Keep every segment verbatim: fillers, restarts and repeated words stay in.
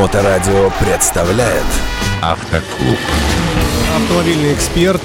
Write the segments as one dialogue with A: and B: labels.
A: Моторадио представляет Автоклуб.
B: Автомобильный эксперт,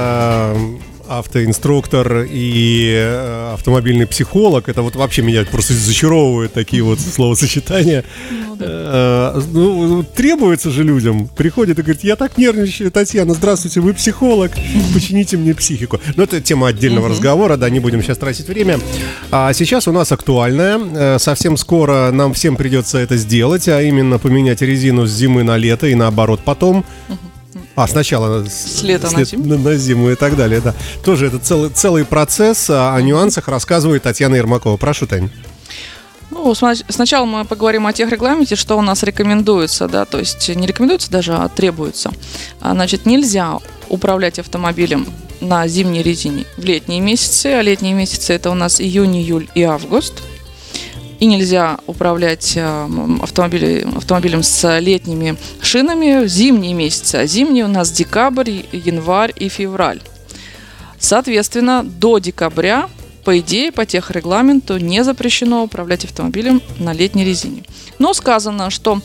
B: автоинструктор и автомобильный психолог. Это вот вообще меня просто зачаровывают такие вот словосочетания. Ну, да. Ну, требуется же людям. Приходит и говорит: я так нервничаю, Татьяна, здравствуйте, вы психолог, почините мне психику. Но это тема отдельного uh-huh. разговора, да, не будем сейчас тратить время. А сейчас у нас актуальная. Совсем скоро нам всем придется это сделать, а именно поменять резину с зимы на лето и наоборот потом. Uh-huh. А, сначала
C: с лета
B: с
C: на,
B: лет,
C: зиму.
B: на зиму и так далее, да. Тоже это целый, целый процесс. О нюансах рассказывает Татьяна Ермакова. Прошу, Тань.
C: Ну, сначала мы поговорим о техрегламенте, что у нас рекомендуется, да, то есть не рекомендуется даже, а требуется. А, значит, нельзя управлять автомобилем на зимней резине в летние месяцы, а летние месяцы это у нас июнь, июль и август. И нельзя управлять автомобилем, автомобилем с летними шинами в зимние месяцы. А зимние у нас декабрь, январь и февраль. Соответственно, до декабря, по идее, по техрегламенту не запрещено управлять автомобилем на летней резине. Но сказано, что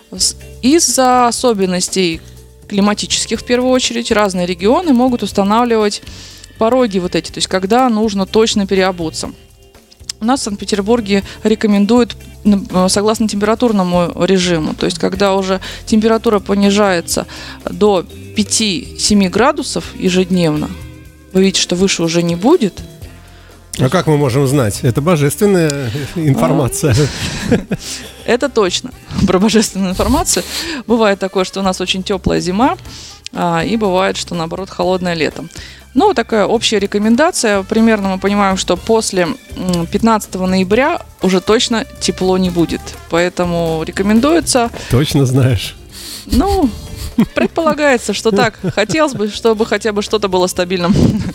C: из-за особенностей климатических, в первую очередь, разные регионы могут устанавливать пороги вот эти, то есть когда нужно точно переобуться. У нас в Санкт-Петербурге рекомендуют согласно температурному режиму, то есть когда уже температура понижается до пять-семь градусов ежедневно, вы видите, что выше уже не будет.
B: А как мы можем знать? Это божественная информация.
C: Это точно про божественную информацию. Бывает такое, что у нас очень теплая зима, и бывает, что наоборот холодное лето. Ну, такая общая рекомендация. Примерно мы понимаем, что после пятнадцатого ноября уже точно тепло не будет. Поэтому рекомендуется...
B: Точно знаешь?
C: Ну, предполагается, что так. Хотелось бы, чтобы хотя бы что-то было стабильным.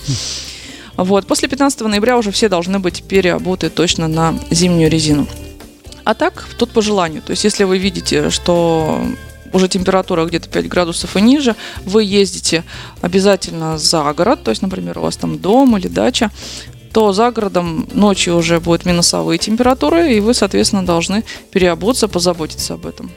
C: Вот. После пятнадцатого ноября уже все должны быть переобуты точно на зимнюю резину. А так, тут по желанию. То есть, если вы видите, что... уже температура где-то пять градусов и ниже, вы ездите обязательно за город, то есть, например, у вас там дом или дача, то за городом ночью уже будут минусовые температуры, и вы, соответственно, должны переобуться, позаботиться об этом.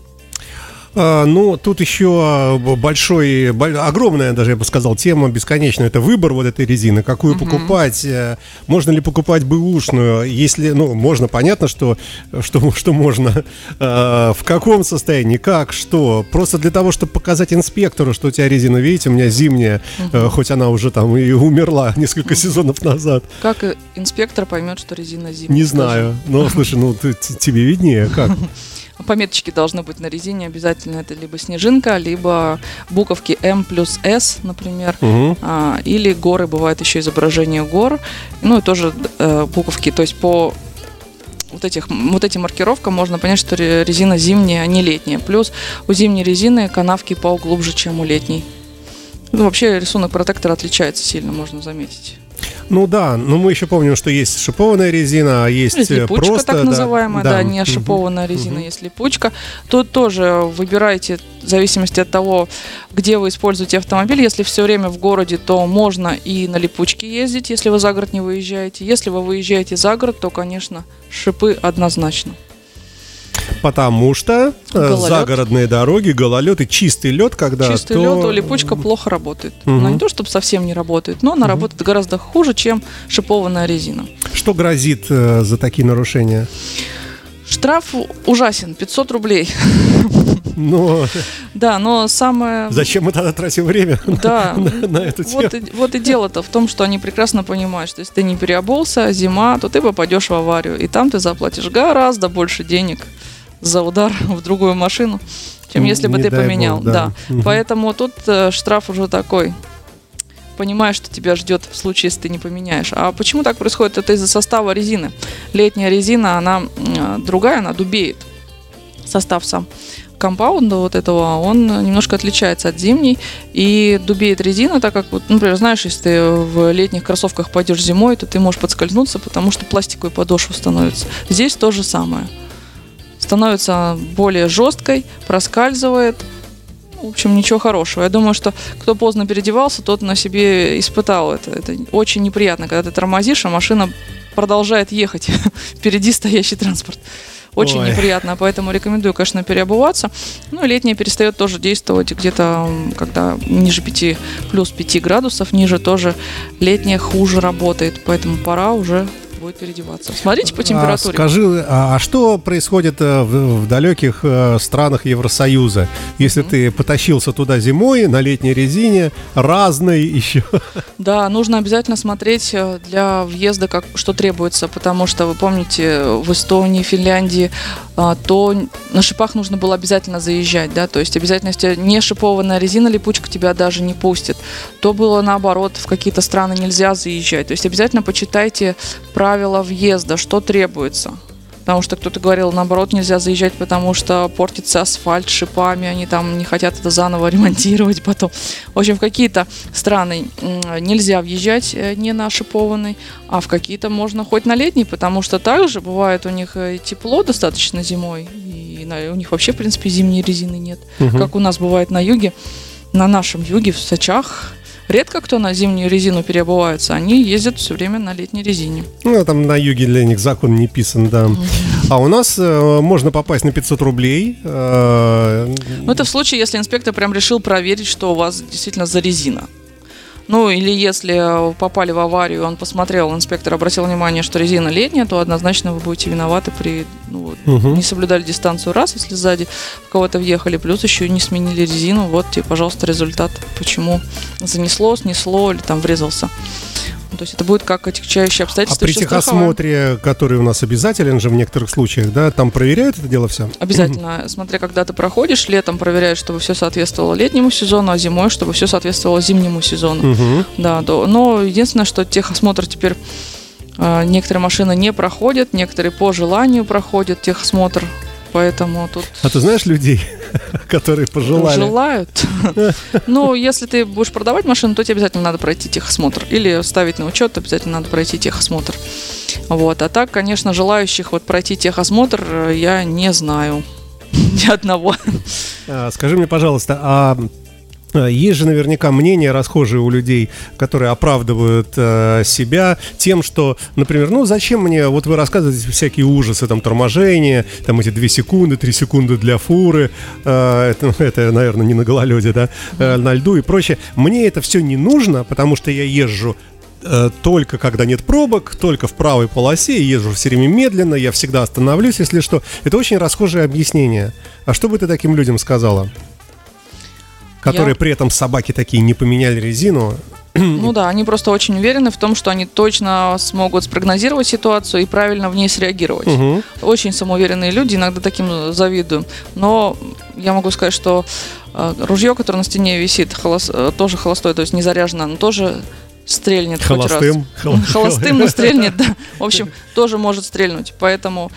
B: А, ну, тут еще большой, огромная, даже я бы сказал, тема бесконечная. Это выбор вот этой резины, какую uh-huh. покупать. Можно ли покупать бэушную? Если, ну, можно, понятно, что, что, что можно. А, в каком состоянии, как, что? Просто для того, чтобы показать инспектору, что у тебя резина, видите, у меня зимняя, uh-huh. хоть она уже там и умерла несколько uh-huh. сезонов назад.
C: Как инспектор поймет, что резина зимняя?
B: Не знаю. Ну, слушай, ну, ты, тебе виднее, как?
C: Пометочки должны быть на резине обязательно. Это либо снежинка, либо буковки М плюс С, например. Угу. А, или горы, бывает еще изображение гор. Ну и тоже э, буковки. То есть по вот, этих, вот этим маркировкам можно понять, что резина зимняя, а не летняя. Плюс у зимней резины канавки поуглубже, чем у летней. Ну, вообще рисунок протектора отличается сильно, можно заметить.
B: Ну да, но мы еще помним, что есть шипованная резина, а есть, есть
C: липучка,
B: просто...
C: так называемая, да,
B: да,
C: да не шипованная
B: uh-huh.
C: резина,
B: uh-huh.
C: есть липучка. Тут тоже выбирайте в зависимости от того, где вы используете автомобиль. Если все время в городе, то можно и на липучке ездить, если вы за город не выезжаете. Если вы выезжаете за город, то, конечно, шипы однозначно.
B: Потому что гололед. Загородные дороги, гололед и чистый лед, когда...
C: Чистый
B: то...
C: лед, липучка плохо работает.
B: Угу.
C: Она не то, чтобы совсем не работает, но она угу. работает гораздо хуже, чем шипованная резина.
B: Что грозит э, за такие нарушения?
C: Штраф ужасен, пятьсот рублей.
B: Но...
C: Да, но самое...
B: Зачем мы тогда тратим время
C: да.
B: на, на эту тему?
C: Вот и, вот и дело-то в том, что они прекрасно понимают, что если ты не переобулся, зима, то ты попадешь в аварию. И там ты заплатишь гораздо больше денег за удар в другую машину, чем если бы не ты поменял. Бог, да. Да. Угу. Поэтому тут э, штраф уже такой. Понимаешь, что тебя ждет в случае, если ты не поменяешь. А почему так происходит? Это из-за состава резины. Летняя резина, она э, другая, она дубеет. Состав сам компаунда вот этого, он немножко отличается от зимней. И дубеет резина, так как, вот, например, знаешь, если ты в летних кроссовках пойдешь зимой, то ты можешь подскользнуться, потому что пластиковая подошва становится. Здесь то же самое. Становится более жесткой, проскальзывает. В общем, ничего хорошего. Я думаю, что кто поздно переодевался, тот на себе испытал это. Это очень неприятно, когда ты тормозишь, а машина продолжает ехать. Впереди стоящий транспорт. очень
B: Ой.
C: неприятно, поэтому рекомендую, конечно, переобуваться. Ну, и летняя перестает тоже действовать где-то, когда ниже пяти, плюс пяти градусов, ниже тоже летняя хуже работает, поэтому пора уже будет переодеваться. Смотрите по температуре.
B: А, скажи, а, а что происходит в, в далеких э, странах Евросоюза? Если mm-hmm. ты потащился туда зимой на летней резине, разной еще.
C: Да, нужно обязательно смотреть для въезда, как, что требуется, потому что, вы помните, в Эстонии, Финляндии, а, то на шипах нужно было обязательно заезжать, да, то есть обязательно, если не шипованная резина, липучка тебя даже не пустит, то было наоборот, в какие-то страны нельзя заезжать, то есть обязательно почитайте правила въезда, что требуется. Потому что кто-то говорил, наоборот, нельзя заезжать, потому что портится асфальт шипами, они там не хотят это заново ремонтировать потом. В общем, в какие-то страны нельзя въезжать не на шипованный, а в какие-то можно хоть на летний, потому что также бывает у них тепло достаточно зимой, и у них вообще, в принципе, зимней резины нет. Угу. Как у нас бывает на юге, на нашем юге, в Сочах. Редко кто на зимнюю резину переобувается, они ездят все время на летней резине.
B: Ну, там на юге для них закон не писан, да. А у нас э, можно попасть на пятьсот рублей. Э,
C: ну, это в случае, если инспектор прям решил проверить, что у вас действительно за резина. Ну, или если попали в аварию, он посмотрел, инспектор обратил внимание, что резина летняя, то однозначно вы будете виноваты при... Ну,
B: угу.
C: Не соблюдали дистанцию раз, если сзади в кого-то въехали, плюс еще не сменили резину. Вот тебе, пожалуйста, результат, почему занесло, снесло или там врезался. То есть это будет как отягчающие обстоятельства.
B: А при техосмотре, который у нас обязателен же в некоторых случаях, да, там проверяют это дело все?
C: Обязательно. Смотря когда ты проходишь, летом проверяют, чтобы все соответствовало летнему сезону, а зимой, чтобы все соответствовало зимнему сезону.
B: Угу.
C: Да, да. Но единственное, что техосмотр теперь э, некоторые машины не проходят, некоторые по желанию проходят техосмотр. Поэтому тут...
B: А ты знаешь людей, которые пожелали?
C: Желают. Ну, если ты будешь продавать машину, то тебе обязательно надо пройти техосмотр. Или ставить на учет, обязательно надо пройти техосмотр. Вот. А так, конечно, желающих вот пройти техосмотр я не знаю. Ни одного.
B: Скажи мне, пожалуйста, а... Есть же наверняка мнения расхожие у людей, которые оправдывают э, себя тем, что, например, ну зачем мне, вот вы рассказываете всякие ужасы, там торможение, там эти две секунды, три секунды для фуры, э, это, это, наверное, не на гололеде, да, э, на льду и прочее. Мне это все не нужно, потому что я езжу э, только когда нет пробок, только в правой полосе, езжу все время медленно, я всегда остановлюсь, если что. Это очень расхожее объяснение. А что бы ты таким людям сказала? Которые я... при этом собаки такие не поменяли резину.
C: Ну да, они просто очень уверены в том, что они точно смогут спрогнозировать ситуацию и правильно в ней среагировать. Угу. Очень самоуверенные люди, иногда таким завидую. Но я могу сказать, что э, ружье, которое на стене висит, холос... тоже холостое, то есть не заряжено, но тоже стрельнет
B: холостым.
C: Хоть раз. Холостым, но стрельнет, да. В общем, тоже может стрельнуть. Поэтому...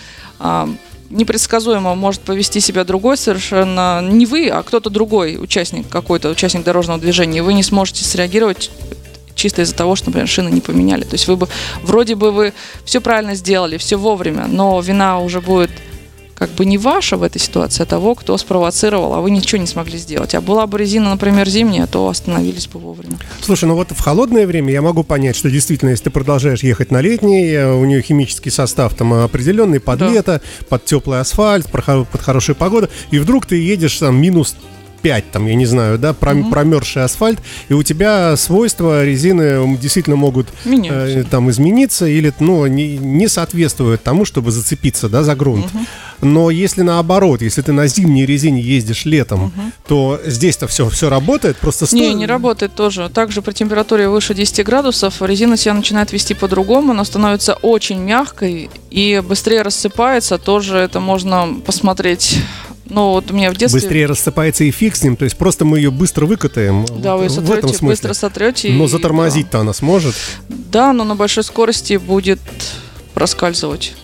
C: непредсказуемо может повести себя другой совершенно, не вы, а кто-то другой участник, какой-то участник дорожного движения, и вы не сможете среагировать чисто из-за того, что, например, шины не поменяли. То есть вы бы, вроде бы вы все правильно сделали, все вовремя, но вина уже будет как бы не ваша в этой ситуации, а того, кто спровоцировал, а вы ничего не смогли сделать. А была бы резина, например, зимняя, то остановились бы вовремя.
B: Слушай, ну вот в холодное время я могу понять, что действительно, если ты продолжаешь ехать на летний, у нее химический состав там определенный под да. лето, под теплый асфальт, под хорошую погоду, и вдруг ты едешь там минус пять, там, я не знаю, да, пром- mm-hmm. промерзший асфальт, и у тебя свойства резины действительно могут э, там измениться или, ну, не, не соответствуют тому, чтобы зацепиться, да, за грунт. Mm-hmm. Но если наоборот, если ты на зимней резине ездишь летом, mm-hmm. то здесь-то все, все работает, просто... Сто...
C: Не, не работает тоже. Также при температуре выше десяти градусов резина себя начинает вести по-другому, она становится очень мягкой и быстрее рассыпается, тоже это можно посмотреть... Ну, вот у меня в детстве...
B: Быстрее рассыпается и фиг с ним, то есть просто мы ее быстро выкатаем.
C: Да, вы ее сотрете, в этом смысле. Быстро сотрете.
B: Но затормозить-то да. она сможет?
C: Да, но на большой скорости будет проскальзывать.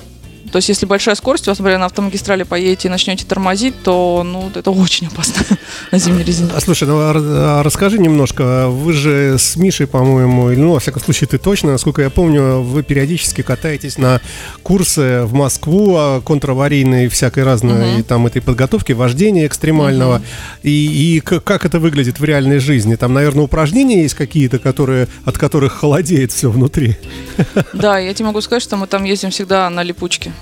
C: То есть, если большая скорость, у вас, например, на автомагистрали поедете и начнете тормозить, то, ну, это очень опасно на зимней резине.
B: А, слушай, ну, а, расскажи немножко. Вы же с Мишей, по-моему, или, ну, во всяком случае, ты точно, насколько я помню, вы периодически катаетесь на курсы в Москву, контраварийной всякой разной, угу. там, этой подготовки, вождения экстремального. Угу. И, и как это выглядит в реальной жизни? Там, наверное, упражнения есть какие-то, которые, от которых холодеет все внутри.
C: Да, я тебе могу сказать, что мы там ездим всегда на липучке.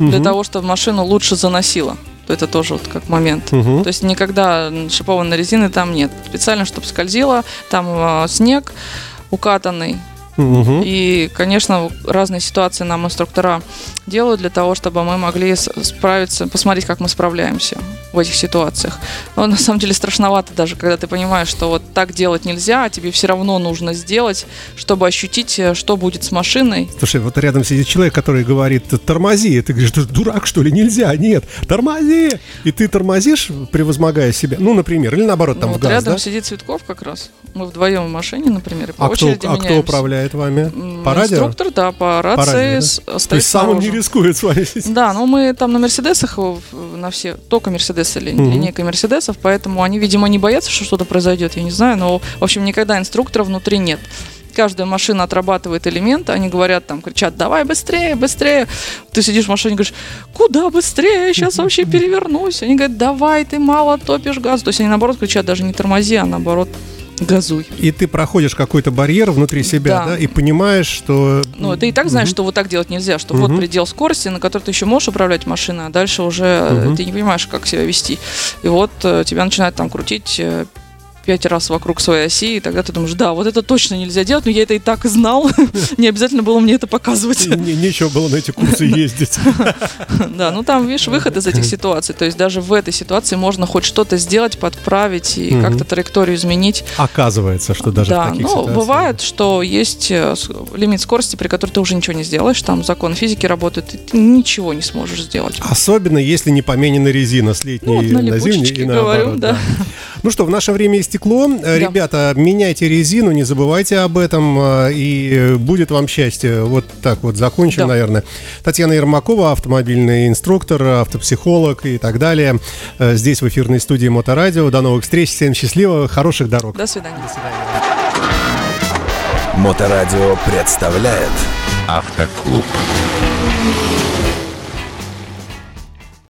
C: для того, чтобы машину лучше заносило. Это тоже вот как момент.
B: Угу.
C: То есть никогда шипованной резины там нет. Специально, чтобы скользило, там э, снег укатанный.
B: Угу.
C: И, конечно, разные ситуации нам инструктора делают для того, чтобы мы могли справиться, посмотреть, как мы справляемся в этих ситуациях. Но на самом деле страшновато даже, когда ты понимаешь, что вот так делать нельзя, а тебе все равно нужно сделать, чтобы ощутить, что будет с машиной.
B: Слушай, вот рядом сидит человек, который говорит: тормози. И ты говоришь: ты дурак, что ли? Нельзя. Нет, тормози. И ты тормозишь, превозмогая себя. Ну, например, или наоборот, там
C: ну,
B: в
C: вот
B: газ,
C: рядом
B: да?
C: сидит Цветков как раз. Мы вдвоем в машине, например, и по
B: а
C: очереди
B: кто, а
C: меняемся.
B: кто управляет вами? По радио?
C: Инструктор, да, по рации.
B: По радио, да?
C: Стоит
B: То есть сам он
C: снаружи.
B: не рискует с вами сидеть?
C: Да, но мы там на Мерседесах, на все, только Мерседесы, ли,
B: Мгм.
C: линейка Мерседесов, поэтому они, видимо, не боятся, что что-то произойдет, я не знаю, но, в общем, никогда инструктора внутри нет. Каждая машина отрабатывает элементы, они говорят, там, кричат: давай быстрее, быстрее. Ты сидишь в машине и говоришь: куда быстрее, я сейчас вообще перевернусь. Они говорят: давай, ты мало топишь газ. То есть они, наоборот, кричат: даже не тормози, а наоборот, газуй.
B: И ты проходишь какой-то барьер внутри себя, да,
C: Да.
B: и понимаешь, что...
C: Ну, ты и так знаешь,
B: Мгм.
C: что вот так делать нельзя, что
B: Мгм.
C: вот предел скорости, на который ты еще можешь управлять машиной, а дальше уже
B: Мгм.
C: ты не понимаешь, как себя вести. И вот э, тебя начинают там крутить э, пять раз вокруг своей оси, и тогда ты думаешь: да, вот это точно нельзя делать, но я это и так знал, не обязательно было мне это показывать.
B: Не- Нечего было на эти курсы ездить.
C: Да, ну там, видишь, выход из этих ситуаций, то есть даже в этой ситуации можно хоть что-то сделать, подправить и
B: Мгм.
C: как-то траекторию изменить.
B: Оказывается, что даже
C: Да,
B: в таких
C: ну,
B: ситуациях...
C: бывает, что есть э, с- лимит скорости, при которой ты уже ничего не сделаешь, там закон физики работает, и ты ничего не сможешь сделать.
B: Особенно, если не поменена резина с летней
C: Ну, вот на
B: на зимнюю
C: липучечке
B: и наоборот.
C: говорю, да.
B: Ну что, в наше время истекло. Э, Ребята, меняйте резину, не забывайте об этом, э, и будет вам счастье. Вот так вот закончим,
C: Да.
B: наверное. Татьяна Ермакова, автомобильный инструктор, автопсихолог и так далее. Э, Здесь в эфирной студии Моторадио. До новых встреч, всем счастливо, хороших дорог.
C: До свидания.
A: Моторадио представляет Автоклуб.